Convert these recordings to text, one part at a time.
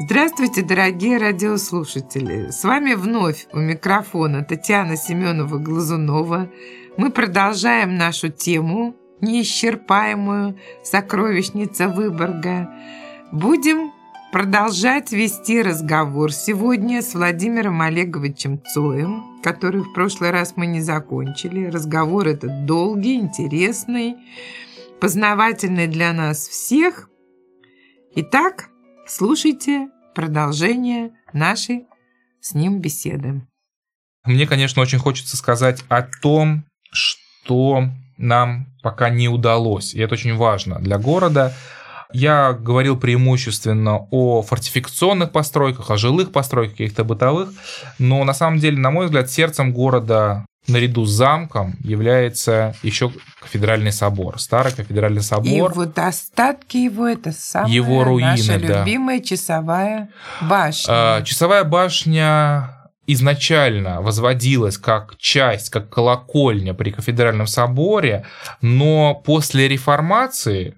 Здравствуйте, дорогие радиослушатели! С вами вновь у микрофона Татьяна Семенова-Глазунова. Мы продолжаем нашу тему, неисчерпаемую «Сокровищница Выборга». Будем продолжать вести разговор сегодня с Владимиром Олеговичем Цоем, который в прошлый раз мы не закончили. Разговор этот долгий, интересный, познавательный для нас всех. Итак, слушайте продолжение нашей с ним беседы. Мне, конечно, очень хочется сказать о том, что нам пока не удалось, и это очень важно для города. Я говорил преимущественно о фортификационных постройках, о жилых постройках, каких-то бытовых, но на самом деле, на мой взгляд, сердцем города наряду с замком является еще кафедральный собор, старый кафедральный собор. И вот остатки его, это самая его руины, наша любимая часовая башня. Часовая башня изначально возводилась как часть, как колокольня при кафедральном соборе, но после реформации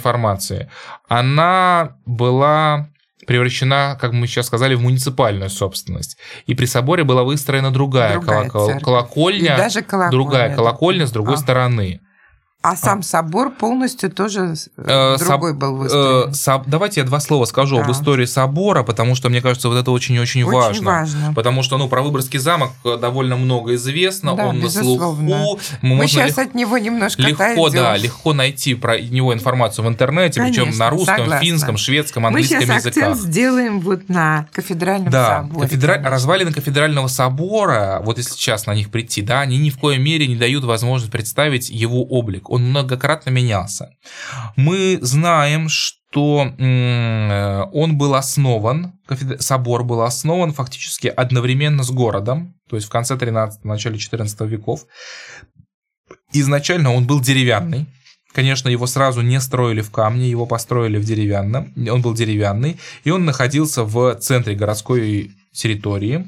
она была превращена, как мы сейчас сказали, в муниципальную собственность. И при соборе была выстроена другая колокольня, даже другая колокольня с другой стороны. А сам собор полностью тоже другой был выстроен. Давайте я два слова скажу об истории собора, потому что, мне кажется, вот это очень важно. Потому что про Выборгский замок довольно много известно, да, он безусловно. На слуху. Мы сейчас от него немножко легко найти про него информацию в интернете, причем на русском, финском, шведском, английском языках. Мы сейчас акцент сделаем вот на кафедральном соборе. Развалины кафедрального собора, вот если сейчас на них прийти, да, они ни в коей мере не дают возможность представить его облик. Он многократно менялся. Мы знаем, что он был основан, собор был основан фактически одновременно с городом, то есть в конце 13-го, начале 14 веков. Изначально он был деревянный. Конечно, его сразу не строили в камне, его построили в деревянном. Он был деревянный, и он находился в центре городской территории.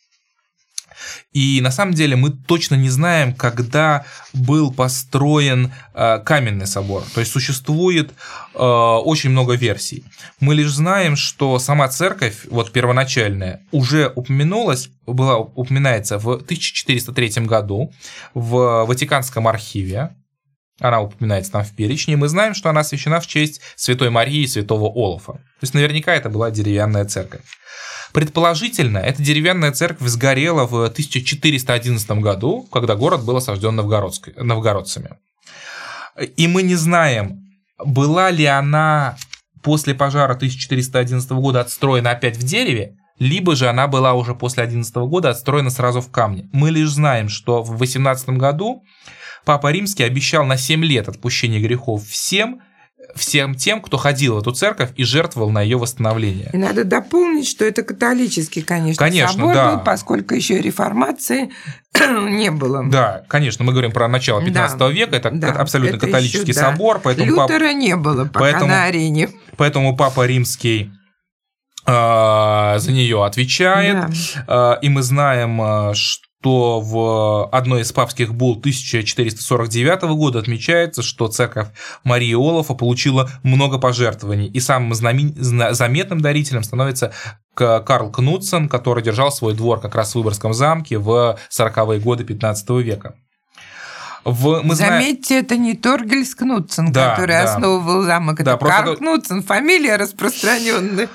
И на самом деле мы точно не знаем, когда был построен каменный собор. То есть существует очень много версий. Мы лишь знаем, что сама церковь, вот первоначальная, уже упоминается в 1403 году в Ватиканском архиве. Она упоминается там в перечне. И мы знаем, что она освящена в честь Святой Марии и Святого Олафа. То есть наверняка это была деревянная церковь. Предположительно, эта деревянная церковь сгорела в 1411 году, когда город был осажден новгородцами. И мы не знаем, была ли она после пожара 1411 года отстроена опять в дереве, либо же она была уже после 11 года отстроена сразу в камне. Мы лишь знаем, что в 18 году Папа Римский обещал на 7 лет отпущение грехов всем тем, кто ходил в эту церковь и жертвовал на ее восстановление. И надо дополнить, что это католический, конечно собор был, поскольку еще реформации не было. Да, конечно, мы говорим про начало 15 века, это абсолютно католический собор. Поэтому Лютера не было пока на арене. Поэтому Папа Римский за нее отвечает. Да. И мы знаем, что в одной из папских булл 1449 года отмечается, что церковь Марии Олафа получила много пожертвований. И самым заметным дарителем становится Карл Кнутсен, который держал свой двор как раз в Выборгском замке в 40-е годы 15 века. Заметьте, это не Торгельс Кнутсен, который основывал замок, это Карл Кнутсен, фамилия распространенная.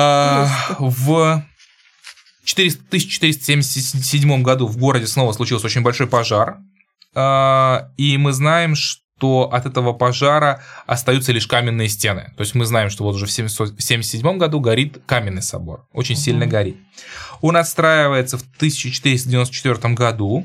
В 1477 году в городе снова случился очень большой пожар, и мы знаем, что от этого пожара остаются лишь каменные стены. То есть мы знаем, что вот уже в 1977 году горит каменный собор, очень сильно горит. Он отстраивается в 1494 году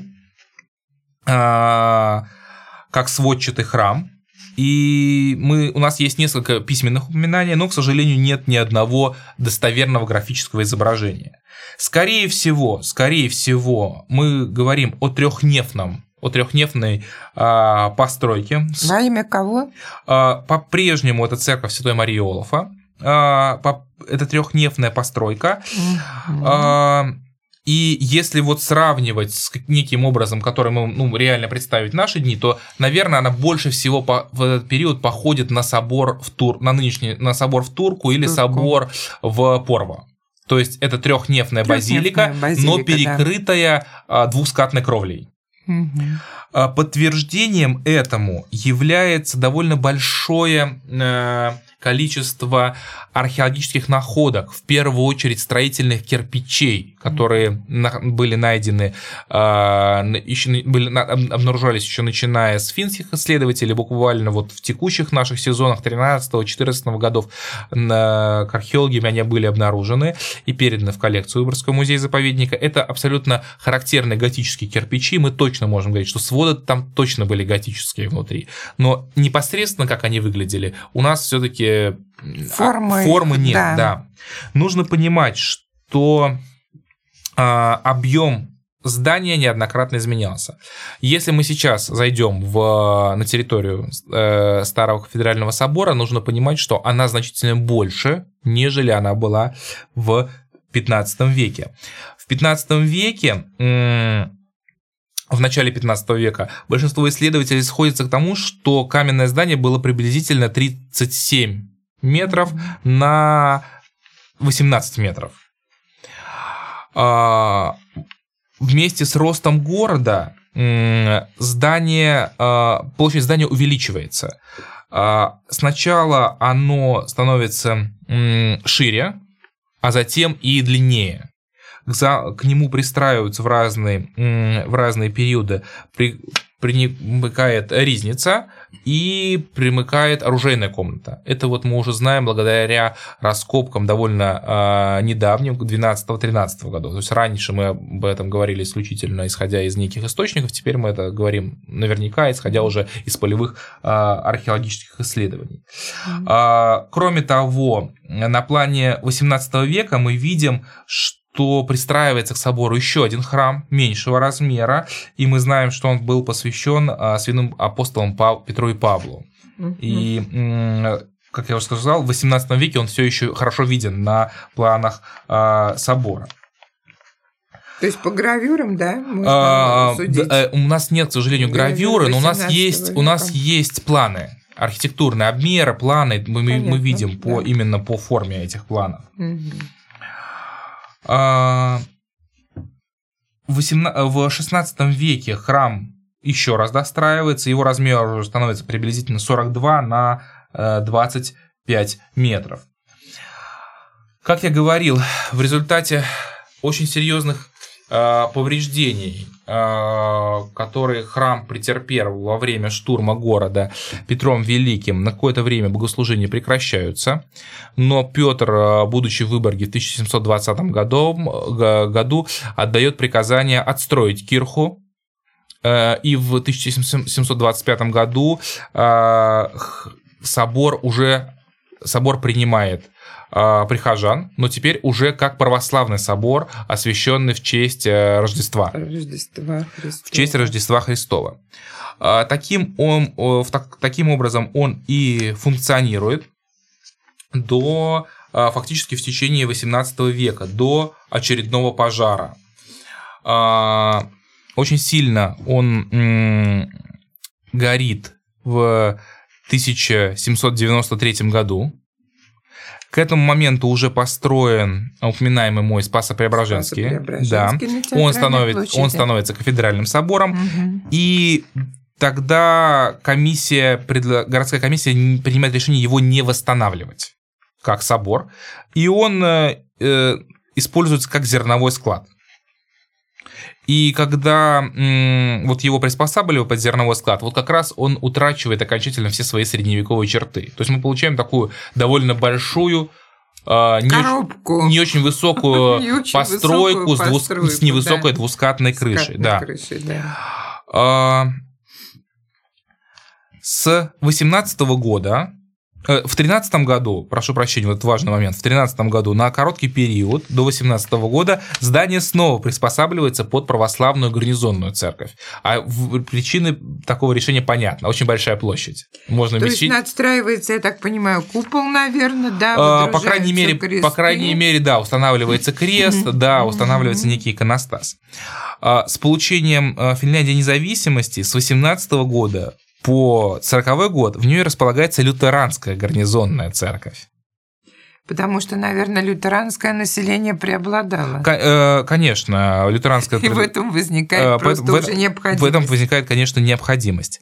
как сводчатый храм. И у нас есть несколько письменных упоминаний, но, к сожалению, нет ни одного достоверного графического изображения. Скорее всего, мы говорим о трехнефной постройке. Во имя кого? По-прежнему это церковь Святой Марии Олафа. Это трехнефная постройка. И если вот сравнивать с неким образом, который мы реально представить в наши дни, то, наверное, она больше всего в этот период походит на собор на собор в Турку или собор в Порво. То есть это трехнефная базилика, но перекрытая двускатной кровлей. Угу. Подтверждением этому является довольно большое количество археологических находок, в первую очередь строительных кирпичей, которые были найдены, обнаружались еще начиная с финских исследователей, буквально вот в текущих наших сезонах 13-14 годов археологами они были обнаружены и переданы в коллекцию Выборгского музея-заповедника. Это абсолютно характерные готические кирпичи, мы точно можем говорить, что своды там точно были готические внутри, но непосредственно как они выглядели, у нас все-таки формы нет. Да. Нужно понимать, что объем здания неоднократно изменялся. Если мы сейчас зайдем на территорию Старого кафедрального собора, нужно понимать, что она значительно больше, нежели она была в 15 веке. В 15 веке... В начале 15 века большинство исследователей сходятся к тому, что каменное здание было приблизительно 37 метров на 18 метров. Вместе с ростом города площадь здания увеличивается. Сначала оно становится шире, а затем и длиннее. К нему пристраиваются в разные периоды, примыкает ризница и примыкает оружейная комната. Это вот мы уже знаем благодаря раскопкам довольно недавним, 12-13 годов. То есть раньше мы об этом говорили исключительно исходя из неких источников, теперь мы это говорим наверняка, исходя уже из полевых археологических исследований. Кроме того, на плане 18 века мы видим, что пристраивается к собору еще один храм меньшего размера, и мы знаем, что он был посвящен святым апостолам Петру и Павлу. И, как я уже сказал, в 18 веке он все еще хорошо виден на планах собора. То есть по гравюрам, да, можно судить? У нас нет, к сожалению, гравюры, но у нас есть планы. Архитектурные обмеры, планы мы видим именно по форме этих планов. В XVI веке храм еще раз достраивается, его размер уже становится приблизительно 42 на 25 метров. Как я говорил, в результате очень серьезных повреждений, которые храм претерпел во время штурма города Петром Великим, на какое-то время богослужения прекращаются, но Петр, будучи в Выборге в 1720 году, отдает приказание отстроить кирху, и в 1725 году собор принимает прихожан, но теперь уже как православный собор, освященный в честь Рождества. В честь Рождества Христова. Таким образом он и функционирует фактически в течение XVIII века, до очередного пожара. Очень сильно он горит в 1793 году. К этому моменту уже построен упоминаемый мой Спасо-Преображенский. Да. Он становится кафедральным собором. Угу. И тогда городская комиссия принимает решение его не восстанавливать как собор. И он используется как зерновой склад. И когда вот его приспосабливают под зерновой склад, вот как раз он утрачивает окончательно все свои средневековые черты. То есть мы получаем такую довольно большую, не очень высокую постройку с невысокой двускатной крышей. С 18 года В 13 году, прошу прощения, вот важный момент, в 13 году на короткий период, до 18 года, здание снова приспосабливается под православную гарнизонную церковь. А причины такого решения понятны. Очень большая площадь. Можно То есть надстраивается, я так понимаю, купол, наверное, да? По крайней мере, да, устанавливается крест, да, устанавливается некий иконостас. С получением Финляндии независимости с 18 года по 40-й год в ней располагается лютеранская гарнизонная церковь. Потому что, наверное, лютеранское население преобладало. Конечно, лютеранское... И в этом возникает уже необходимость. В этом возникает, конечно, необходимость.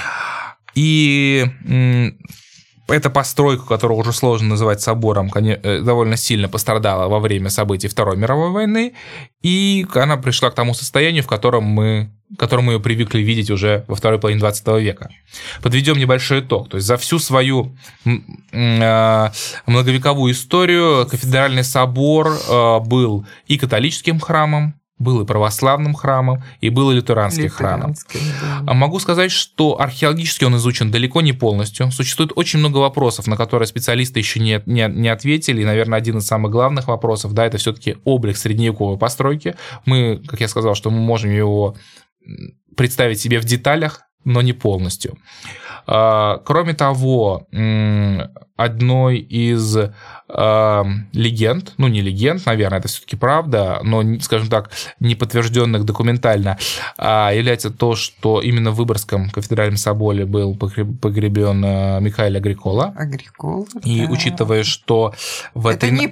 И эта постройка, которую уже сложно называть собором, довольно сильно пострадала во время событий Второй мировой войны, и она пришла к тому состоянию, в котором мы ее привыкли видеть уже во второй половине 20 века. Подведем небольшой итог. То есть за всю свою многовековую историю кафедральный собор был и католическим храмом, был и православным храмом, и был и лютеранским храмом. Да. Могу сказать, что археологически он изучен далеко не полностью. Существует очень много вопросов, на которые специалисты еще не ответили. И, наверное, один из самых главных вопросов, да, это все-таки облик средневековой постройки. Мы, как я сказал, что мы можем его представить себе в деталях, но не полностью. Кроме того, одной из легенд, ну не легенд, наверное, это все-таки правда, но, скажем так, не подтвержденных документально, является то, что именно в Выборгском кафедральном соборе был погребен Михаил Агрикола. И да. Учитывая, что в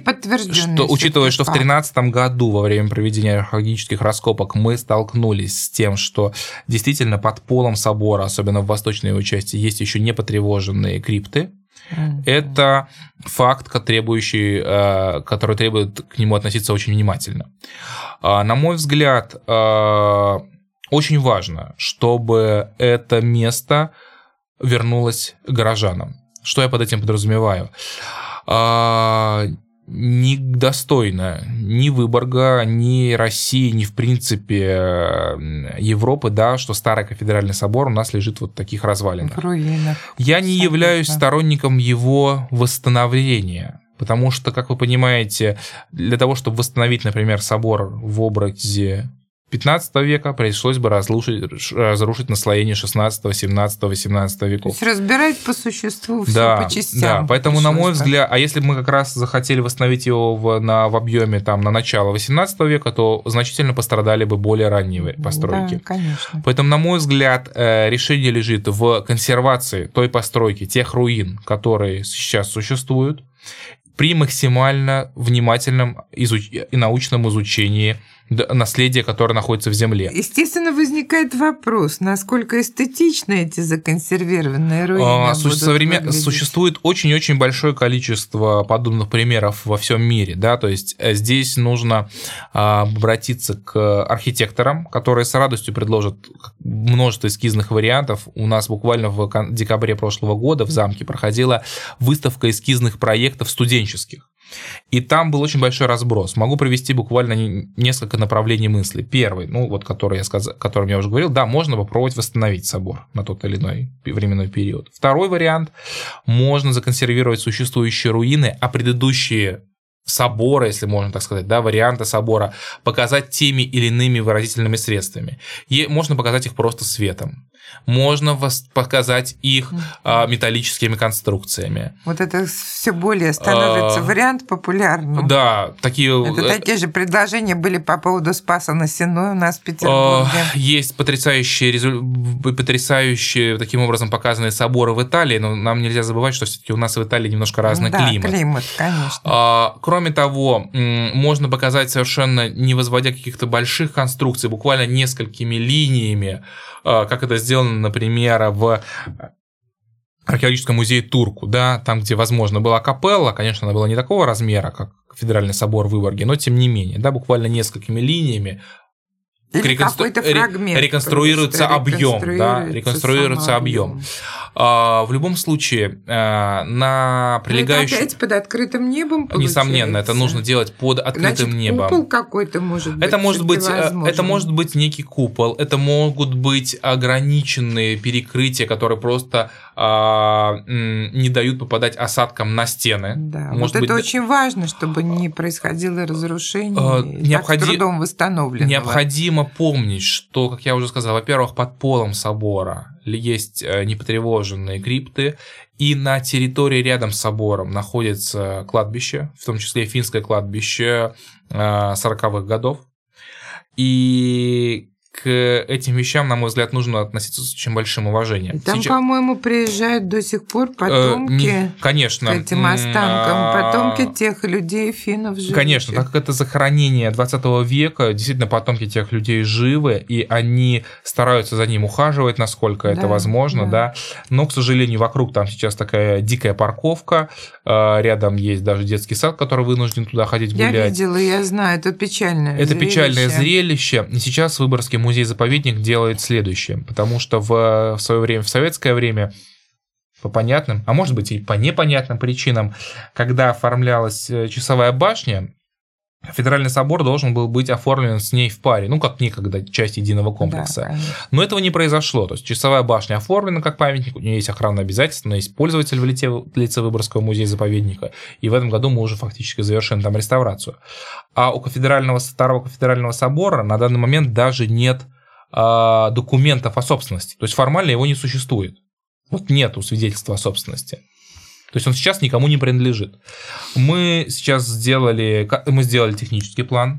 13 году во время проведения археологических раскопок мы столкнулись с тем, что действительно под полом собора, особенно в восточной его части, есть еще не потревоженные крипты. Это факт, который требует к нему относиться очень внимательно. На мой взгляд, очень важно, чтобы это место вернулось горожанам. Что я под этим подразумеваю? Недостойно ни Выборга, ни России, ни, в принципе, Европы, да, что старый кафедральный собор у нас лежит вот в таких развалинах. В руинах. Я не являюсь сторонником его восстановления, потому что, как вы понимаете, для того, чтобы восстановить, например, собор в образе 15 века, пришлось бы разрушить наслоение 16, 17, 18 веков. То есть разбирать по существу все по частям. Да, поэтому, на мой взгляд, а если бы мы как раз захотели восстановить его в объеме там, на начало 18 века, то значительно пострадали бы более ранние постройки. Да, конечно. Поэтому, на мой взгляд, решение лежит в консервации той постройки, тех руин, которые сейчас существуют, при максимально внимательном и научном изучении наследия, которое находится в земле. Естественно, возникает вопрос, насколько эстетично эти законсервированные руины Существует очень-очень большое количество подобных примеров во всем мире. Да? То есть здесь нужно обратиться к архитекторам, которые с радостью предложат множество эскизных вариантов. У нас буквально в декабре прошлого года в замке проходила выставка эскизных проектов студенческих. И там был очень большой разброс. Могу привести буквально несколько направлений мысли. Первый, которым я уже говорил, да, можно попробовать восстановить собор на тот или иной временной период. Второй вариант, можно законсервировать существующие руины, а предыдущие собора, если можно так сказать, да, варианты собора, показать теми или иными выразительными средствами. И можно показать их просто светом. Можно показать их металлическими конструкциями. Вот это все более становится вариант популярным. Да, такие же предложения были по поводу Спаса на Сеной у нас в Петербурге. Есть потрясающие таким образом показанные соборы в Италии, но нам нельзя забывать, что все-таки у нас в Италии немножко разный климат. Климат, конечно. Кроме того, можно показать совершенно не возводя каких-то больших конструкций, буквально несколькими линиями, как это сделано, например, в археологическом музее Турку, да, там, где, возможно, была капелла, конечно, она была не такого размера, как кафедральный собор в Выборге, но тем не менее, да, буквально несколькими линиями реконструируется объем. Реконструируется объем. В любом случае, на прилегающем... Это опять под открытым небом, получается? Несомненно, это нужно делать под открытым небом. Купол какой-то может быть? Это может быть некий купол, это могут быть ограниченные перекрытия, которые просто не дают попадать осадкам на стены. Да, может быть, это очень важно, чтобы не происходило разрушение с трудом восстановленного. Необходимо помнить, что, как я уже сказал, во-первых, под полом собора есть непотревоженные крипты, и на территории рядом с собором находится кладбище, в том числе финское кладбище 40-х годов. И к этим вещам, на мой взгляд, нужно относиться с очень большим уважением. Там, по-моему, приезжают до сих пор потомки конечно, к этим останкам, потомки тех людей, финнов живущих. Конечно, так как это захоронение 20 века, действительно, потомки тех людей живы, и они стараются за ним ухаживать, насколько это возможно, да. Но, к сожалению, вокруг там сейчас такая дикая парковка, рядом есть даже детский сад, который вынужден туда ходить гулять. Я видела, я знаю, это печальное зрелище. Это печальное зрелище. И сейчас Выборгский музей-заповедник делает следующее, потому что в свое время, в советское время, по понятным, а может быть и по непонятным причинам, когда оформлялась часовая башня, Федеральный собор должен был быть оформлен с ней в паре, ну, как некогда часть единого комплекса. Да, но этого не произошло. То есть часовая башня оформлена как памятник, у нее есть охранное обязательство, но есть пользователь в лице Выборгского музея-заповедника, и в этом году мы уже фактически завершим там реставрацию. А у Старого кафедрального собора на данный момент даже нет документов о собственности. То есть формально его не существует. Вот нету свидетельства о собственности. То есть он сейчас никому не принадлежит. Мы сделали технический план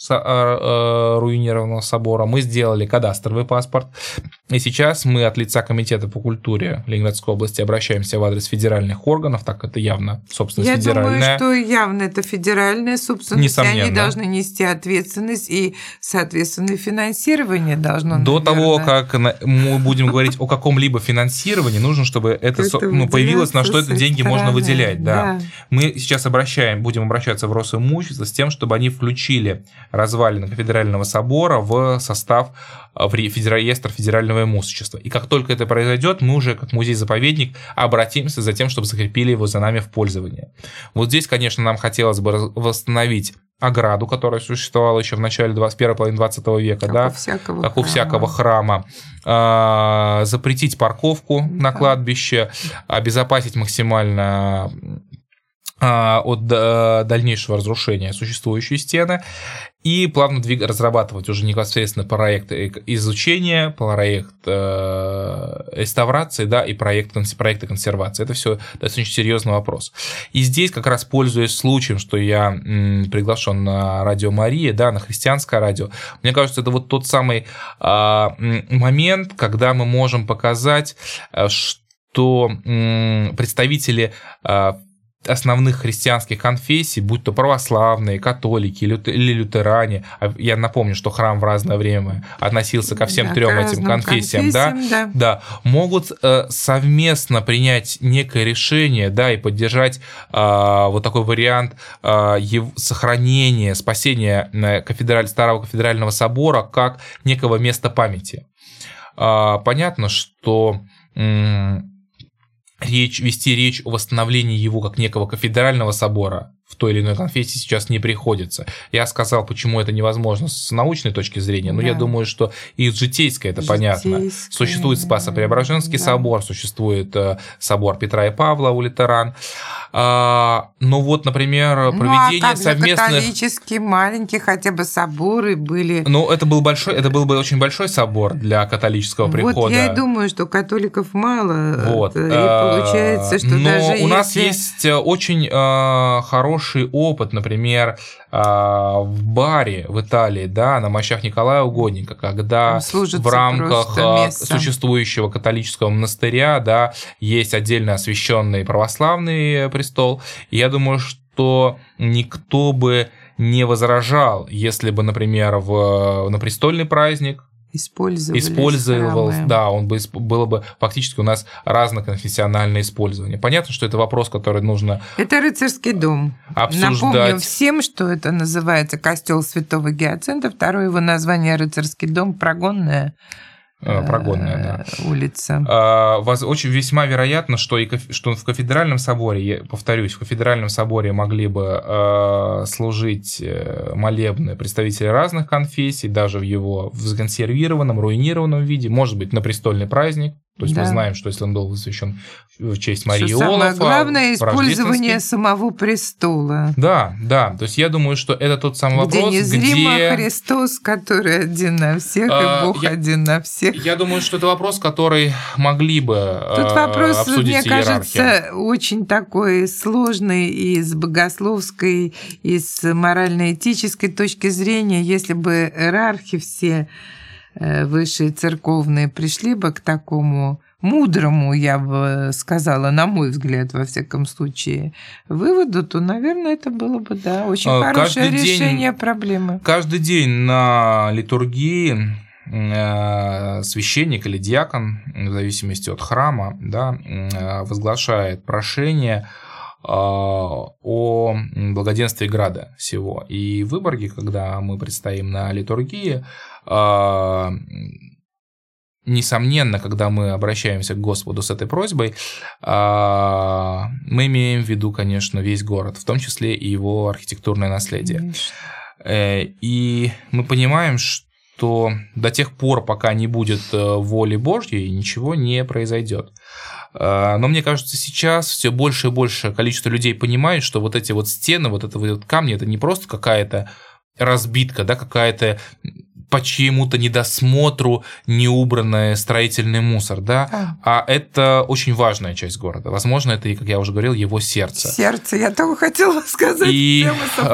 руинированного собора, мы сделали кадастровый паспорт, и сейчас мы от лица Комитета по культуре Ленинградской области обращаемся в адрес федеральных органов, так это явно собственность федеральная. Я думаю, что явно это федеральная собственность, несомненно. И они должны нести ответственность, и, соответственно, финансирование должно, До того, как мы будем говорить о каком-либо финансировании, нужно, чтобы это появилось, на что это деньги можно выделять. Да. Мы сейчас будем обращаться в Росимущество с тем, чтобы они включили развалины кафедрального собора в состав реестра федерального имущества. И как только это произойдет, мы уже как музей-заповедник обратимся за тем, чтобы закрепили его за нами в пользовании. Вот здесь, конечно, нам хотелось бы восстановить ограду, которая существовала еще в начале первой половины 20 века, как у всякого храма, запретить парковку на кладбище, обезопасить максимально от дальнейшего разрушения существующей стены и плавно разрабатывать уже непосредственно проект изучения, проект реставрации, да, и проекты консервации. Это все достаточно серьезный вопрос. И здесь, как раз пользуясь случаем, что я приглашен на радио Мария, да, на христианское радио, мне кажется, это вот тот самый момент, когда мы можем показать, что представители основных христианских конфессий, будь то православные, католики или лютеране, я напомню, что храм в разное время относился ко всем трем этим конфессиям, да, могут совместно принять некое решение, да, и поддержать вот такой вариант сохранения, спасения Старого кафедрального собора как некого места памяти. Понятно, что вести речь о восстановлении его как некого кафедрального собора в той или иной конфессии сейчас не приходится. Я сказал, почему это невозможно с научной точки зрения, но я думаю, что и с житейской это понятно. Существует Спасо-Преображенский собор, существует собор Петра и Павла у лютеран. Но вот, например, проведение совместных... католические маленькие хотя бы соборы были... Ну, это был бы очень большой собор для католического прихода. Вот я и думаю, что католиков мало, вот. И получается, что но даже у нас есть очень хороший опыт, например, в Баре в Италии, да, на мощах Николая Угодника, когда в рамках существующего католического монастыря, да, есть отдельно освященный православный престол. И я думаю, что никто бы не возражал, если бы, например, на престольный праздник использовал, да, было бы фактически у нас разноконфессиональное использование. Понятно, что это вопрос, который нужно Это рыцарский дом. Обсуждать. Напомню всем, что это называется костел Святого Гиацинта, второе его название рыцарский дом, прогонное прогонная, улица. Очень весьма вероятно, что в кафедральном соборе, я повторюсь, в кафедральном соборе могли бы служить молебны представители разных конфессий, даже в его законсервированном, руинированном виде, может быть, на престольный праздник. То есть мы знаем, что если он был посвящен в честь Марии и Олафа... Самое главное – использование самого престола. Да. То есть я думаю, что это тот самый вопрос, где... незримо Христос, который один на всех, и Бог один на всех. Я думаю, что это вопрос, который могли бы Тут вопрос, обсудить мне кажется, очень такой сложный и с богословской, и с морально-этической точки зрения. Если бы иерархи все высшие церковные пришли бы к такому мудрому, я бы сказала, на мой взгляд, во всяком случае, выводу, то, наверное, это было бы, очень хорошее решение проблемы. Каждый день на литургии священник или диакон, в зависимости от храма, возглашает прошение о благоденствии града сего. И в Выборге, когда мы предстоим на литургии, несомненно, когда мы обращаемся к Господу с этой просьбой, мы имеем в виду, конечно, весь город, в том числе и его архитектурное наследие. И мы понимаем, что до тех пор, пока не будет воли Божьей, ничего не произойдет. Но мне кажется, сейчас все больше и больше количество людей понимает, что вот эти вот стены, вот это вот камни, это не просто какая-то разбитка, какая-то по чьему-то недосмотру неубранный строительный мусор, а это очень важная часть города. Возможно, это, и, как я уже говорил, его сердце. Сердце, я только хотела сказать, и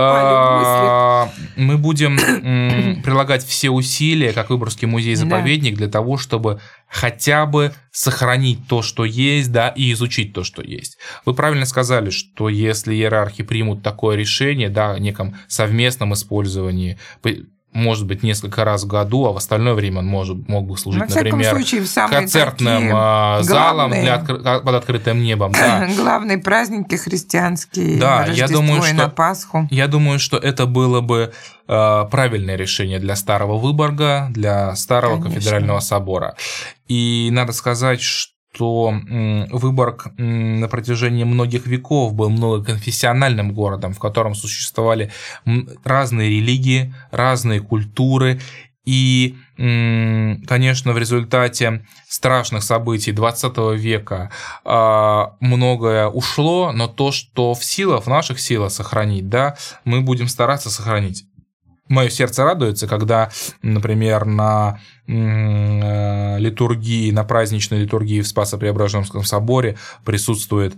мы будем прилагать все усилия, как Выборгский музей-заповедник, для того, чтобы хотя бы сохранить то, что есть, и изучить то, что есть. Вы правильно сказали, что если иерархи примут такое решение, в неком совместном использовании, может быть, несколько раз в году, а в остальное время он мог бы служить, например, концертным залом под открытым небом. Главные праздники христианские, Рождество и на Пасху. Я думаю, что это было бы правильное решение для Старого Выборга, для Старого кафедрального собора. И надо сказать, что Выборг на протяжении многих веков был многоконфессиональным городом, в котором существовали разные религии, разные культуры. И, конечно, в результате страшных событий XX века многое ушло, но то, что в наших силах сохранить, мы будем стараться сохранить. Мое сердце радуется, когда, например, на литургии, на праздничной литургии в Спасо-Преображенском соборе присутствует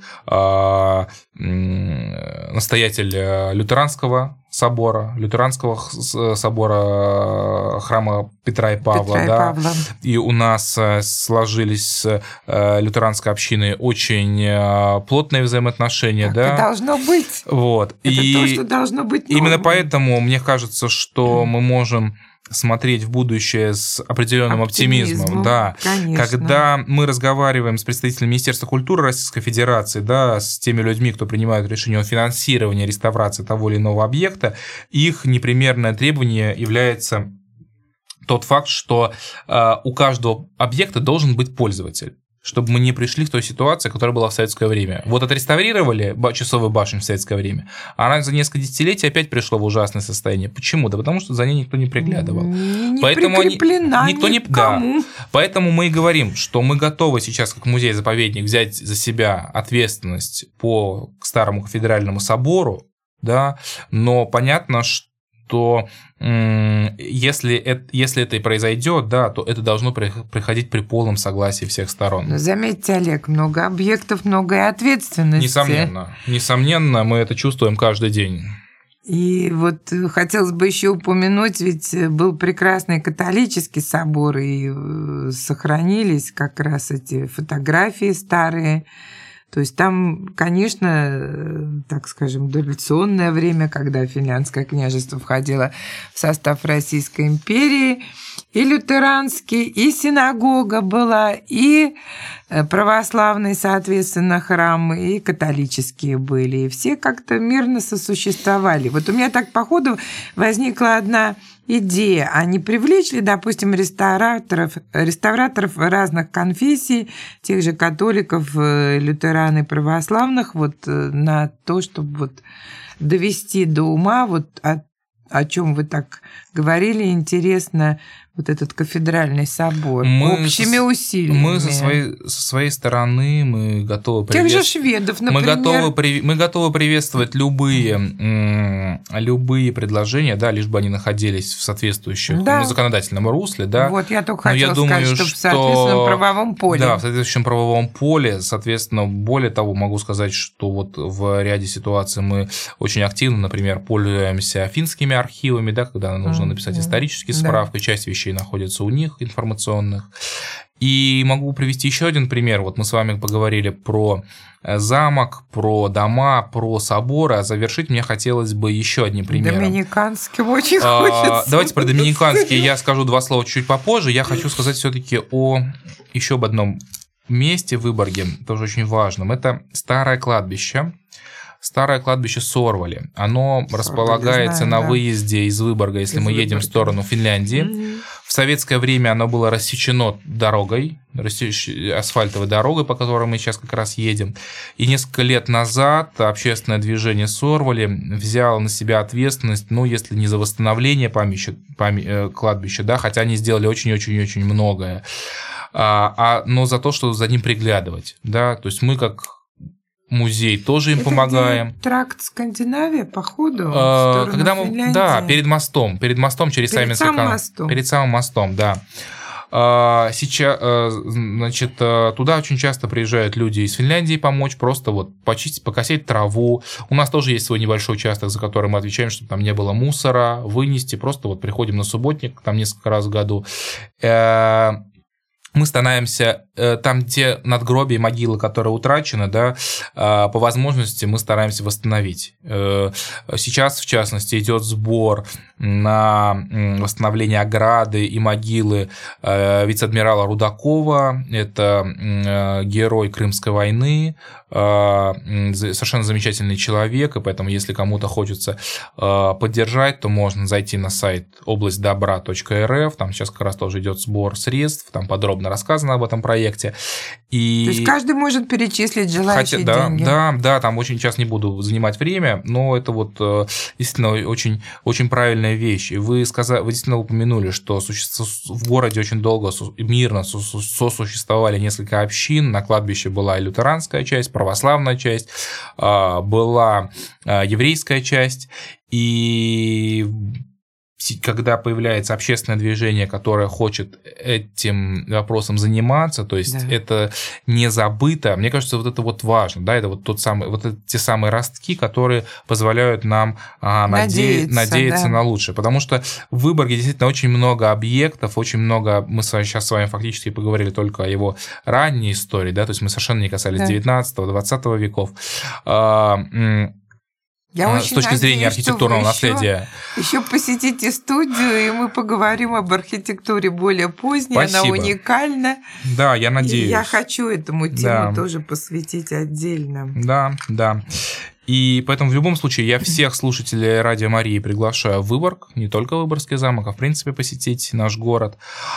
настоятель лютеранского собора храма Петра и Павла. И у нас сложились с лютеранской общиной очень плотные взаимоотношения. Это должно быть. Вот. Это то, что должно быть нормой. Именно поэтому мне кажется, что мы можем смотреть в будущее с определенным оптимизмом. Когда мы разговариваем с представителями Министерства культуры Российской Федерации, с теми людьми, кто принимает решение о финансировании реставрации того или иного объекта, их непримерное требование является тот факт, что у каждого объекта должен быть пользователь, чтобы мы не пришли к той ситуации, которая была в советское время. Вот отреставрировали часовую башню в советское время, а она за несколько десятилетий опять пришла в ужасное состояние. Почему? Да потому что за ней никто не приглядывал. Поэтому мы и говорим, что мы готовы сейчас, как музей-заповедник, взять за себя ответственность по Старому кафедральному собору, но понятно, что если это и произойдет, то это должно происходить при полном согласии всех сторон. Но заметьте, Олег, много объектов, много и ответственности. Несомненно, мы это чувствуем каждый день. И вот хотелось бы еще упомянуть, ведь был прекрасный католический собор, и сохранились как раз эти фотографии старые. То есть там, конечно, так скажем, дореволюционное время, когда Финляндское княжество входило в состав Российской империи, и лютеранский, и синагога была, и православные, соответственно, храмы, и католические были. И все как-то мирно сосуществовали. Вот у меня так по ходу возникла одна идея, а не привлечь ли, допустим, реставраторов разных конфессий, тех же католиков, лютеран и православных, вот на то, чтобы вот довести до ума, вот о чем вы так говорили, интересно, вот этот кафедральный собор общими усилиями. Мы со своей стороны мы готовы тех же шведов, например. Мы готовы приветствовать любые предложения, да, лишь бы они находились в соответствующем законодательном русле, да. Вот я только хотела сказать, что в соответственном правовом поле. Да, в соответствующем правовом поле, соответственно, более того, могу сказать, что вот в ряде ситуаций мы очень активно, например, пользуемся финскими архивами, да, когда нужно написать исторические справки, часть вещей находится у них, информационных. И могу привести еще один пример. Вот мы с вами поговорили про замок, про дома, про соборы, а завершить мне хотелось бы еще одним примером. Доминиканский очень хочется. Давайте про доминиканский я скажу два слова чуть попозже. Я хочу сказать все-таки еще об одном месте в Выборге, тоже очень важном. Это старое кладбище. Старое кладбище Сорвали. Оно располагается на выезде из Выборга, если мы едем в сторону Финляндии. В советское время оно было рассечено дорогой, асфальтовой дорогой, по которой мы сейчас как раз едем. И несколько лет назад общественное движение Сорвали взяло на себя ответственность, если не за восстановление кладбища, да, хотя они сделали очень-очень-очень многое, но за то, что за ним приглядывать. Да? То есть мы как музей тоже им помогаем. Тракт Скандинавия, походу, когда мы, перед мостом через Саймонский канал. Перед самым мостом, да. Сейчас, значит, туда очень часто приезжают люди из Финляндии помочь, просто вот почистить, покосить траву. У нас тоже есть свой небольшой участок, за который мы отвечаем, чтобы там не было мусора, вынести. Просто вот приходим на субботник, там несколько раз в году. Мы стараемся там, где надгробия и могилы, которые утрачены, да, по возможности мы стараемся восстановить. Сейчас, в частности, идет сбор на восстановление ограды и могилы вице-адмирала Рудакова. Это герой Крымской войны, совершенно замечательный человек, и поэтому, если кому-то хочется поддержать, то можно зайти на сайт областьдобра.рф, там сейчас как раз тоже идет сбор средств, там подробно рассказано об этом проекте. И... То есть каждый может перечислить желающие деньги. Да, там очень сейчас не буду занимать время, но это вот действительно очень, очень правильная вещь. И вы действительно упомянули, что в городе очень долго мирно сосуществовали несколько общин. На кладбище была и лютеранская часть, православная часть, была еврейская часть. И когда появляется общественное движение, которое хочет этим вопросом заниматься, то есть это не забыто, мне кажется, вот это вот важно, да, это вот те самые ростки, которые позволяют нам надеяться на лучшее, потому что в Выборге действительно очень много объектов, очень много, мы сейчас с вами фактически поговорили только о его ранней истории, да, то есть мы совершенно не касались 19-20 веков. Я с точки зрения архитектурного наследия. Еще посетите студию, и мы поговорим об архитектуре более поздней. Спасибо. Она уникальна. Да, я надеюсь. И я хочу этому тему тоже посвятить отдельно. Да. И поэтому в любом случае я всех слушателей Радио Марии приглашаю в Выборг, не только Выборгский замок, а в принципе посетить наш город.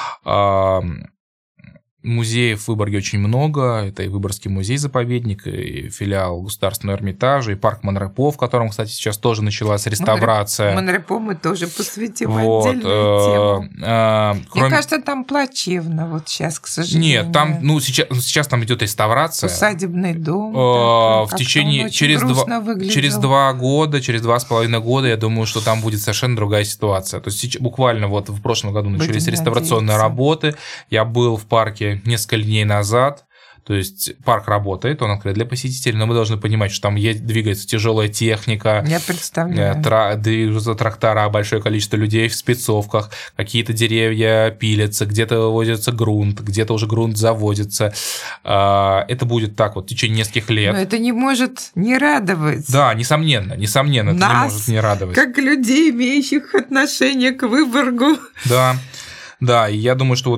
Музеев в Выборге очень много. Это и Выборгский музей-заповедник, и филиал Государственного Эрмитажа, и парк Монрепо, в котором, кстати, сейчас тоже началась реставрация. Монрепо мы тоже посвятим отдельную тему. Мне кажется, там плачевно вот сейчас, к сожалению. Нет, там, сейчас там идет реставрация. Усадебный дом. В течение через 2 года, через 2,5 года, я думаю, что там будет совершенно другая ситуация. То есть буквально вот в прошлом году начались реставрационные работы. Я был в парке несколько дней назад. То есть парк работает, он открыт для посетителей, но мы должны понимать, что там двигается тяжелая техника. Я представляю. Движутся трактора, большое количество людей в спецовках, какие-то деревья пилятся, где-то вывозится грунт, где-то уже грунт завозится. Это будет так вот в течение нескольких лет. Но это не может не радовать. Да, несомненно, это не может не радовать. Как людей, имеющих отношение к Выборгу. Да, и я думаю, что вот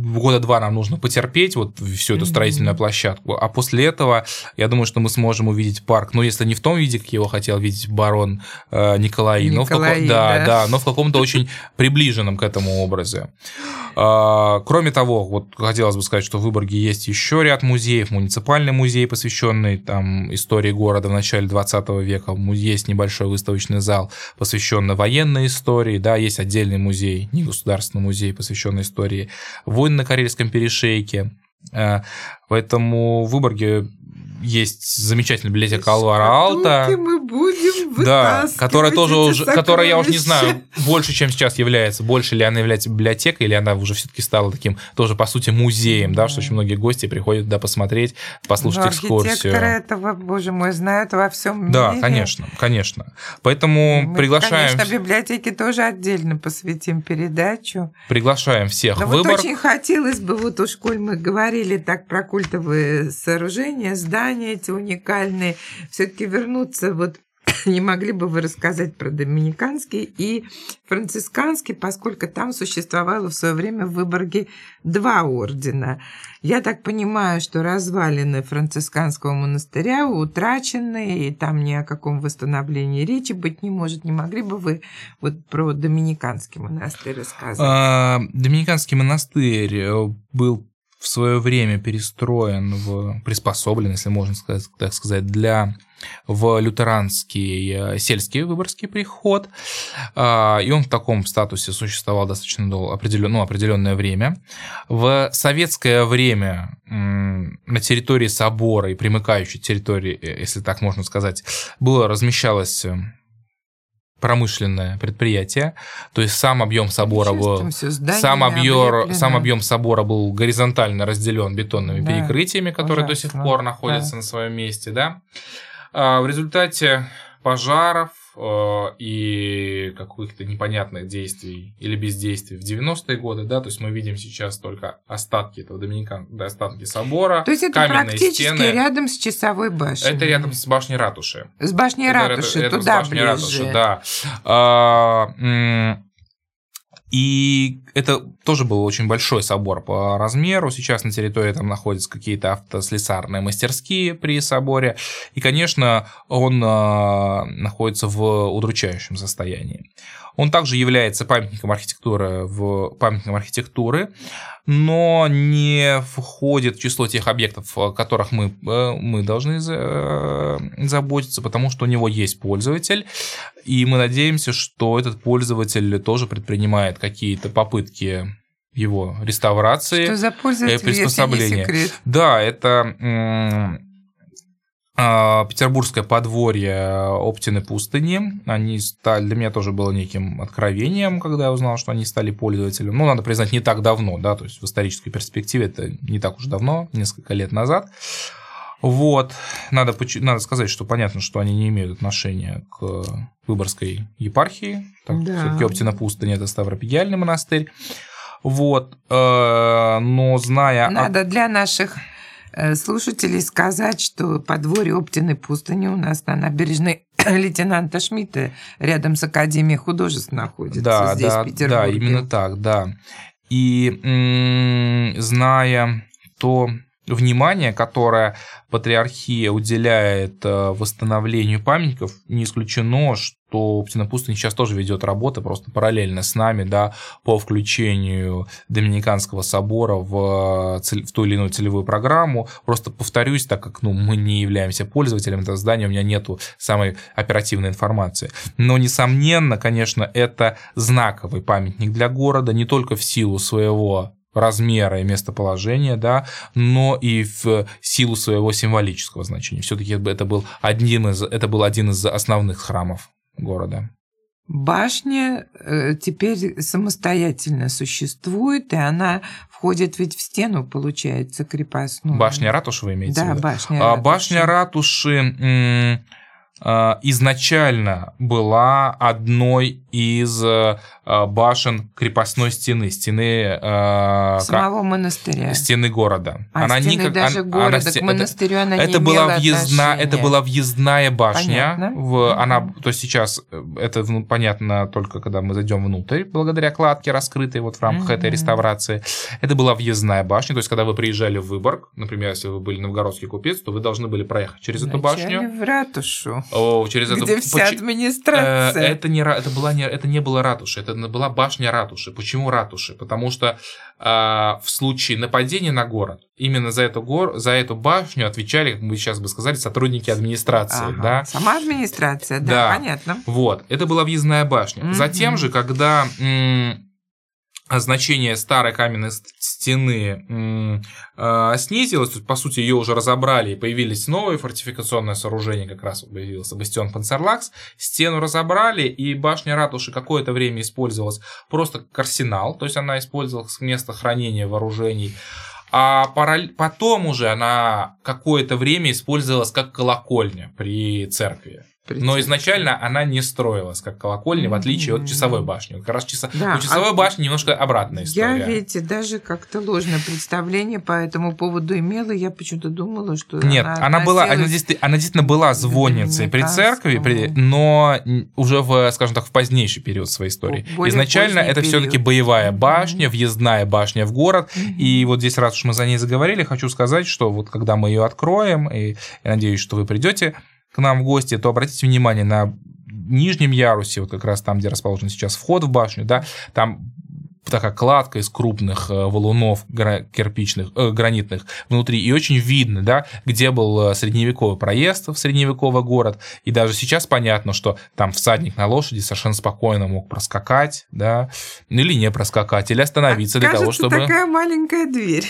года 2 нам нужно потерпеть вот всю эту строительную площадку, а после этого, я думаю, что мы сможем увидеть парк, ну, если не в том виде, как его хотел видеть барон Николай, но в каком-то очень приближенном к этому образе. Кроме того, вот хотелось бы сказать, что в Выборге есть еще ряд музеев, муниципальный музей, посвященный там истории города в начале 20 века, есть небольшой выставочный зал, посвященный военной истории, да, есть отдельный музей, негосударственный музей, посвященный истории войн на Карельском перешейке. Поэтому в Выборге есть замечательная библиотека Алвара Алта. Мы будем да, которая тоже уже, которая, я уже не знаю, больше, чем сейчас является, больше ли она является библиотекой, или она уже все-таки стала таким тоже, по сути, музеем, да, что очень многие гости приходят туда посмотреть, послушать экскурсию. Архитекторы этого, боже мой, знают во всем мире. Да, конечно. Поэтому мы, приглашаем... Конечно, библиотеке тоже отдельно посвятим передачу. Приглашаем всех в Выборг. Вот очень хотелось бы, вот уж коль мы говорили так про культовые сооружения, здания эти уникальные, все-таки вернуться вот. Не могли бы вы рассказать про доминиканский и францисканский, поскольку там существовало в свое время в Выборге 2 ордена. Я так понимаю, что развалины францисканского монастыря утрачены, и там ни о каком восстановлении речи быть не может. Не могли бы вы вот про доминиканский монастырь рассказать? Доминиканский монастырь был в свое время перестроен, приспособлен, если можно сказать, так сказать, в лютеранский сельский Выборгский приход, и он в таком статусе существовал достаточно определенное время. В советское время на территории собора и примыкающей территории, если так можно сказать, размещалось промышленное предприятие, то есть сам объем собора был горизонтально разделен бетонными перекрытиями, которые до сих пор находятся на своем месте, да. В результате пожаров и каких-то непонятных действий или бездействий в 90-е годы, да, то есть мы видим сейчас только остатки этого остатки собора, то есть это практически стены. Рядом с часовой башней. Это рядом с башней ратуши. С башней ратуши, туда ближе. Ратуши, да. И это тоже был очень большой собор по размеру. Сейчас на территории там находятся какие-то автослесарные мастерские при соборе. И, конечно, он находится в удручающем состоянии. Он также является памятником архитектуры, но не входит в число тех объектов, о которых мы должны заботиться, потому что у него есть пользователь, и мы надеемся, что этот пользователь тоже предпринимает какие-то попытки его реставрации, что за пользователь, приспособления. Если не секрет? Да, это Петербургское подворье Оптины пустыни. Они стали, для меня тоже было неким откровением, когда я узнал, что они стали пользователем. Ну, надо признать, не так давно, да, то есть в исторической перспективе это не так уж давно, несколько лет назад. Вот, надо сказать, что понятно, что они не имеют отношения к Выборгской епархии, все-таки Оптина пустыня – это Ставропигиальный монастырь. Вот, но зная... Надо для наших слушателей сказать, что подворье Оптиной пустыни у нас на набережной лейтенанта Шмидта рядом с Академией художеств находится здесь, в Петербурге. Да, именно так, да. И зная то внимание, которое патриархия уделяет восстановлению памятников, не исключено, что Оптина пустыня сейчас тоже ведет работы просто параллельно с нами, да, по включению Доминиканского собора в ту или иную целевую программу. Просто повторюсь, так как мы не являемся пользователем этого здания, у меня нету самой оперативной информации. Но, несомненно, конечно, это знаковый памятник для города, не только в силу своего размера и местоположения, да, но и в силу своего символического значения. Все-таки это был один из основных храмов города. Башня теперь самостоятельно существует, и она входит ведь в стену, получается, крепостную. Башня ратуши, вы имеете в виду? Да, башня ратуши. Башня ратуши, изначально была одной из башен крепостной стены самого монастыря, стены города. Она стены даже города к монастырю она не имела отношения. Это была въездная башня. Понятно. То есть сейчас это понятно только когда мы зайдем внутрь, благодаря кладке, раскрытой вот в рамках этой реставрации. Это была въездная башня. То есть когда вы приезжали в Выборг, например, если вы были новгородский купец, то вы должны были проехать через эту башню. В ратушу. Где вся администрация. Это не было ратуши, это была башня ратуши. Почему ратуши? Потому что в случае нападения на город, именно за эту башню отвечали, как мы сейчас бы сказали, сотрудники администрации. Ага. Да? Сама администрация, да, понятно. Вот, это была въездная башня. Затем же, когда значение старой каменной стены снизилось, то есть, по сути, ее уже разобрали, и появились новые фортификационные сооружения, как раз появился бастион Панцерлакс, стену разобрали, и башня ратуши какое-то время использовалась просто как арсенал, то есть она использовалась как место хранения вооружений, а потом уже она какое-то время использовалась как колокольня при церкви. Но изначально она не строилась как колокольня, в отличие от часовой башни. Как раз у часовой башни немножко обратная история. Я ведь даже как-то ложное представление по этому поводу имела. Я почему-то думала, что она действительно была звонницей при церкви, но уже в, скажем так, в позднейший период своей истории. Изначально это все-таки боевая башня, въездная башня в город. И вот здесь, раз уж мы за ней заговорили, хочу сказать, что вот когда мы ее откроем, и я надеюсь, что вы придете к нам в гости, то обратите внимание на нижнем ярусе, вот как раз там, где расположен сейчас вход в башню, да, там такая кладка из крупных валунов кирпичных, гранитных внутри, и очень видно, да, где был средневековый проезд в средневековый город, и даже сейчас понятно, что там всадник на лошади совершенно спокойно мог проскакать, да, или не проскакать, или остановиться для того, чтобы... такая маленькая дверь.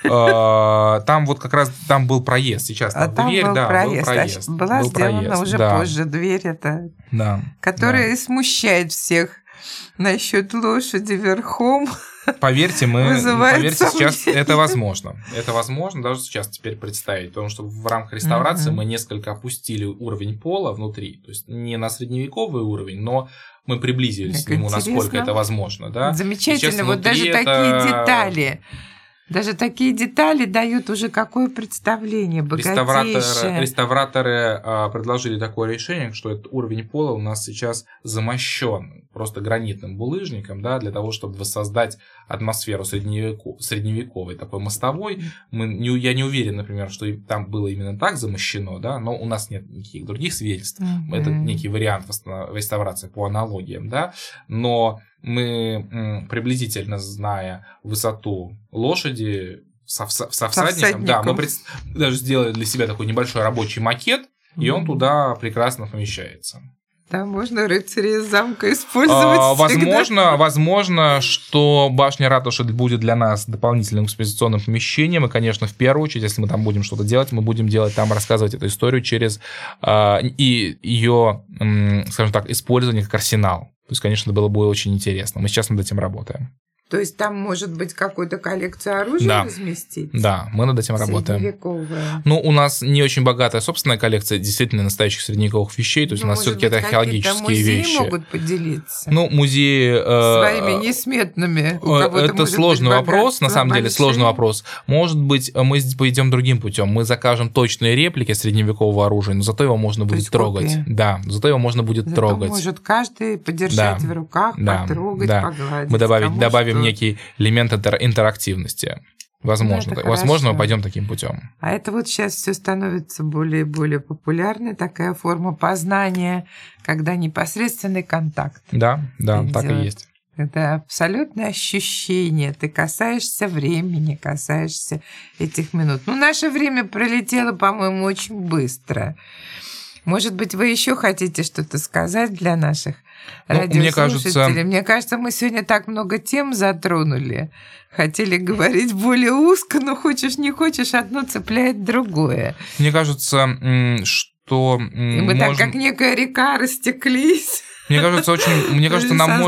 Там вот как раз, там был проезд, сейчас там дверь, был проезд. Был проезд. Была сделана уже позже дверь эта, которая смущает всех. Насчет лошади верхом. Поверьте, сейчас это возможно. Это возможно даже сейчас теперь представить. Потому что в рамках реставрации мы несколько опустили уровень пола внутри. То есть не на средневековый уровень, но мы приблизились к нему, насколько это возможно. Да? Замечательно. Вот даже такие детали. Даже такие детали дают уже какое представление богатейшее. Реставраторы предложили такое решение, что этот уровень пола у нас сейчас замощен просто гранитным булыжником, да, для того, чтобы воссоздать атмосферу средневековой такой мостовой. Я не уверен, например, что там было именно так замощено, да, но у нас нет никаких других свидетельств. Это некий вариант реставрации по аналогиям, да, но мы, приблизительно зная высоту лошади со всадником, да, мы даже сделали для себя такой небольшой рабочий макет, и он туда прекрасно помещается. Да, можно рыцарей из замка использовать возможно, что башня ратуши будет для нас дополнительным экспозиционным помещением, и, конечно, в первую очередь, если мы там будем что-то делать, мы будем делать там, рассказывать эту историю через и ее, скажем так, использование как арсенал. То есть, конечно, это было бы очень интересно. Мы сейчас над этим работаем. То есть там может быть какую-то коллекцию оружия разместить? Да, мы над этим работаем. Ну, у нас не очень богатая собственная коллекция действительно настоящих средневековых вещей, то есть у нас все-таки это археологические вещи. Музеи могут поделиться? Ну, музеи... Своими несметными. Это сложный вопрос, на самом деле, сложный вопрос. Может быть, мы пойдем другим путем. Мы закажем точные реплики средневекового оружия, но зато его можно будет трогать. Да, зато его можно будет трогать. Может каждый подержать в руках, потрогать, погладить. Мы добавим некий элемент интерактивности. Возможно, мы пойдем таким путем. А это вот сейчас все становится более и более популярной, такая форма познания, когда непосредственный контакт. Да, так и есть. Это абсолютное ощущение. Ты касаешься времени, касаешься этих минут. Ну, наше время пролетело, по-моему, очень быстро. Может быть, вы еще хотите что-то сказать для наших радиослушателей? Мне кажется, мы сегодня так много тем затронули. Хотели говорить более узко, но хочешь не хочешь, одно цепляет другое. Мне кажется, что... И мы так, как некая река, растеклись. Мне кажется, нам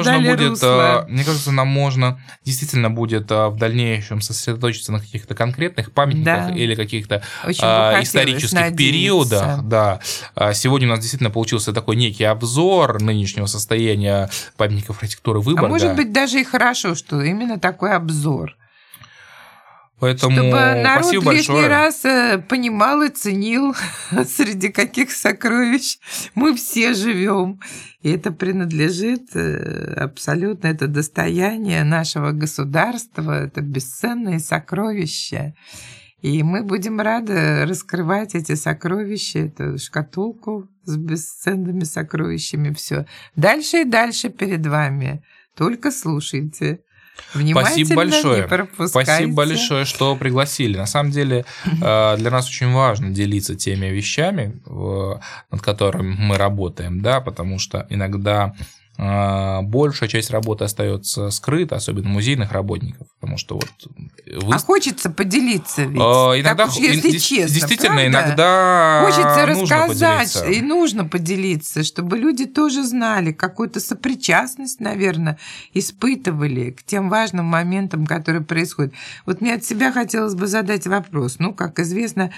можно действительно будет в дальнейшем сосредоточиться на каких-то конкретных памятниках или каких-то исторических периодах. Да. Сегодня у нас действительно получился такой некий обзор нынешнего состояния памятников архитектуры Выборга. А может быть, даже и хорошо, что именно такой обзор. Поэтому чтобы народ спасибо лишний большое. раз понимал и ценил, среди каких сокровищ мы все живем. И это принадлежит абсолютно, это достояние нашего государства, это бесценные сокровища. И мы будем рады раскрывать эти сокровища, эту шкатулку с бесценными сокровищами. Все дальше и дальше перед вами. Только слушайте. Спасибо большое. Не пропускайте. Спасибо большое, что пригласили. На самом деле для нас очень важно делиться теми вещами, над которыми мы работаем, да, потому что иногда большая часть работы остается скрыта, особенно музейных работников, потому что А хочется поделиться ведь. Иногда, так уж, если честно, действительно, правда? иногда хочется нужно рассказать, поделиться. и нужно поделиться, чтобы люди тоже знали, какую-то сопричастность, наверное, испытывали к тем важным моментам, которые происходят. Вот мне от себя хотелось бы задать вопрос. Ну, как известно,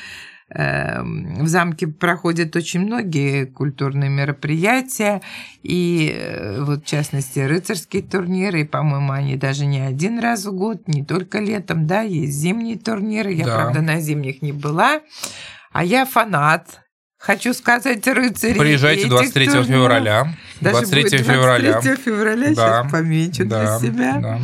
в замке проходят очень многие культурные мероприятия, и вот в частности рыцарские турниры, и, по-моему, они даже не один раз в год, не только летом, да, есть зимние турниры, я, правда, на зимних не была, а я фанат. Хочу сказать, рыцари. Приезжайте 23 февраля. Даже 23 будет 23 февраля, да, сейчас помечу для себя. Да.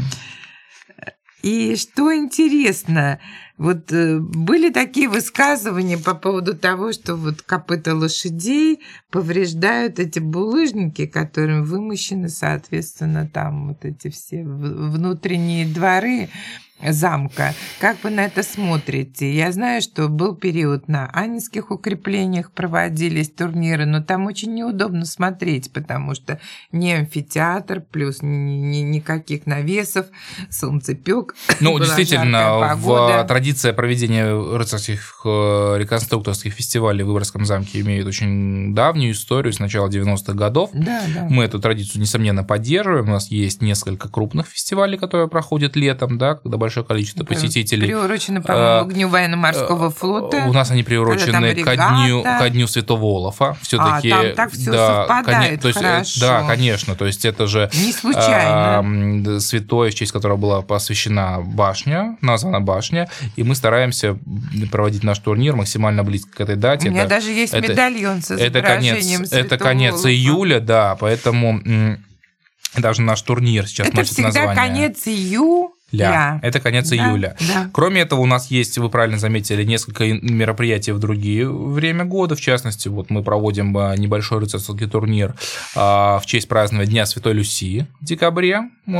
И что интересно, вот были такие высказывания по поводу того, что вот копыта лошадей повреждают эти булыжники, которым вымощены, соответственно, там вот эти все внутренние дворы замка. Как вы на это смотрите? Я знаю, что был период на Аннинских укреплениях проводились турниры, но там очень неудобно смотреть, потому что не амфитеатр, плюс никаких навесов, солнцепёк. Ну, действительно, традиция проведения рыцарских реконструкторских фестивалей в Выборгском замке имеет очень давнюю историю, с начала 90-х годов. Да. Мы эту традицию, несомненно, поддерживаем. У нас есть несколько крупных фестивалей, которые проходят летом, да, когда большое количество посетителей. Приурочены, по-моему, к Дню военно-морского флота. У нас они приурочены ко дню Святого Олафа. Все-таки, там так все совпадает хорошо. Да, конечно. То есть это же не случайно. святой, в честь которого была посвящена башня, названа башня, и мы стараемся проводить наш турнир максимально близко к этой дате. У меня даже есть медальон с изображением Святого Это конец Олафа. июля, да, поэтому даже наш турнир сейчас носит название. Это всегда конец июля. Это конец июля. Да. Кроме этого, у нас есть, вы правильно заметили, несколько мероприятий в другие время года. В частности, вот мы проводим небольшой рыцарский турнир в честь празднования Дня Святой Люсии в декабре.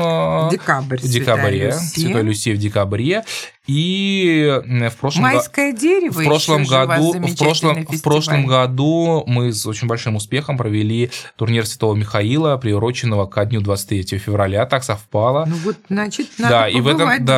Декабрь. Святой Люсии в декабре. И в прошлом Майское дерево. В прошлом году мы с очень большим успехом провели турнир Святого Михаила, приуроченного ко дню 23 февраля. Так совпало. Ну вот, значит, надо и в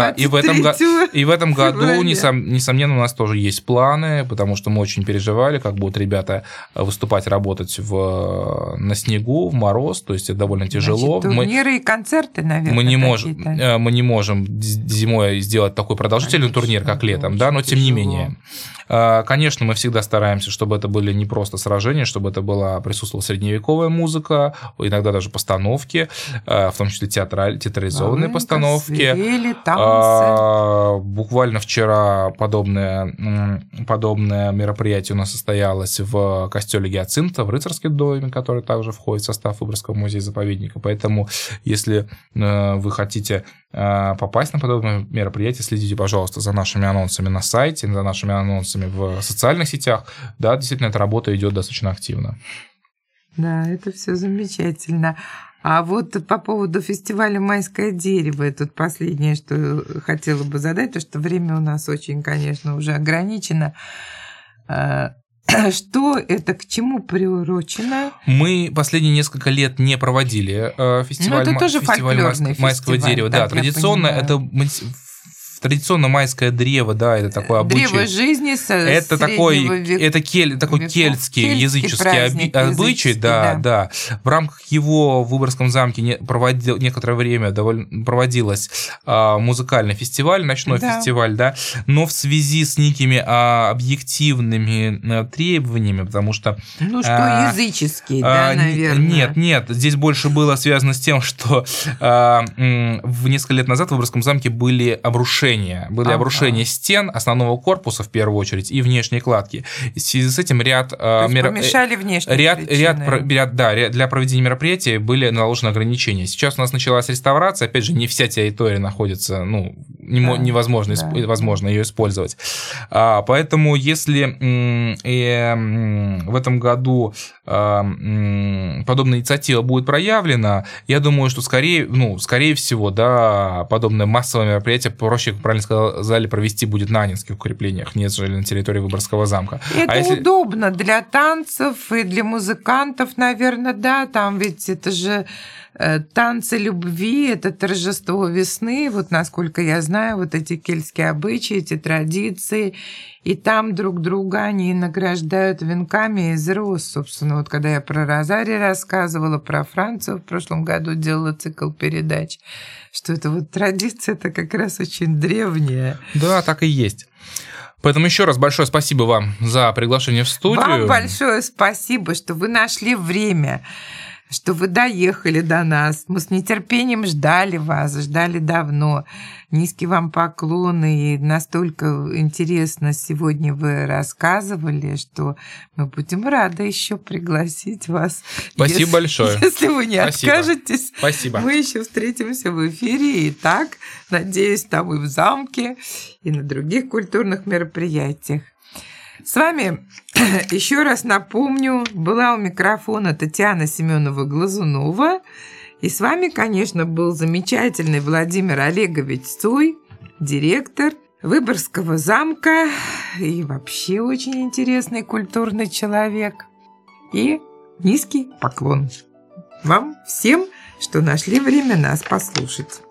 этом году, несомненно, у нас тоже есть планы, потому что мы очень переживали, как будут ребята выступать, работать на снегу, в мороз, то есть это довольно тяжело. Значит, турниры и концерты, наверное, мы не можем зимой сделать такой продолжительный турнир, как летом, да, но тем не менее. Конечно, мы всегда стараемся, чтобы это были не просто сражения, чтобы это присутствовала средневековая музыка, иногда даже постановки, в том числе театрализованные постановки. Свирели, танцы. Буквально вчера подобное мероприятие у нас состоялось в костеле Гиацинта, в рыцарском доме, который также входит в состав Выборгского музея-заповедника. Поэтому, если вы хотите попасть на подобное мероприятие, следите, пожалуйста, за нашими анонсами на сайте, за нашими анонсами в социальных сетях. Да, действительно, эта работа идет достаточно активно. Да, это все замечательно. А вот по поводу фестиваля «Майское дерево», тут последнее, что хотела бы задать, потому что время у нас очень, конечно, уже ограничено. Что это, к чему приурочено? Мы последние несколько лет не проводили фестиваль «Майского дерева». Да, традиционно это традиционно майское древо, да, это такое обычай. Древо жизни это такой кельтский языческий обычай, да. В рамках его в Выборгском замке некоторое время проводилось музыкальный фестиваль, ночной фестиваль, да, но в связи с некими объективными требованиями, потому что... Ну, что языческие, да, наверное. Нет, здесь больше было связано с тем, что несколько лет назад в Выборгском замке были обрушения стен основного корпуса, в первую очередь, и внешней кладки. В связи с этим помешали внешние причины. Для проведения мероприятий были наложены ограничения. Сейчас у нас началась реставрация, опять же, не вся территория находится, невозможно ее использовать. Поэтому, если в этом году подобная инициатива будет проявлена, я думаю, что скорее всего, да, подобное массовое мероприятие проще, как правильно сказали, провести будет на Аннинских укреплениях, нежели на территории Выборгского замка. Это удобно для танцев и для музыкантов, наверное, да, там ведь это же танцы любви, это торжество весны, вот насколько я знаю, вот эти кельтские обычаи, эти традиции, и там друг друга они награждают венками из роз, собственно, вот когда я про Розари рассказывала, про Францию в прошлом году делала цикл передач, что это вот традиция-то как раз очень древняя. Да, так и есть. Поэтому еще раз большое спасибо вам за приглашение в студию. Вам большое спасибо, что вы нашли время, что вы доехали до нас. Мы с нетерпением ждали вас, ждали давно. Низкий вам поклон, и настолько интересно сегодня вы рассказывали, что мы будем рады еще пригласить вас. Спасибо большое. Если вы не откажетесь, спасибо. Мы еще встретимся в эфире. И так, надеюсь, там и в замке, и на других культурных мероприятиях. С вами, еще раз напомню, была у микрофона Татьяна Семенова-Глазунова. И с вами, конечно, был замечательный Владимир Олегович Цой, директор Выборгского замка и вообще очень интересный культурный человек. И низкий поклон вам всем, что нашли время нас послушать.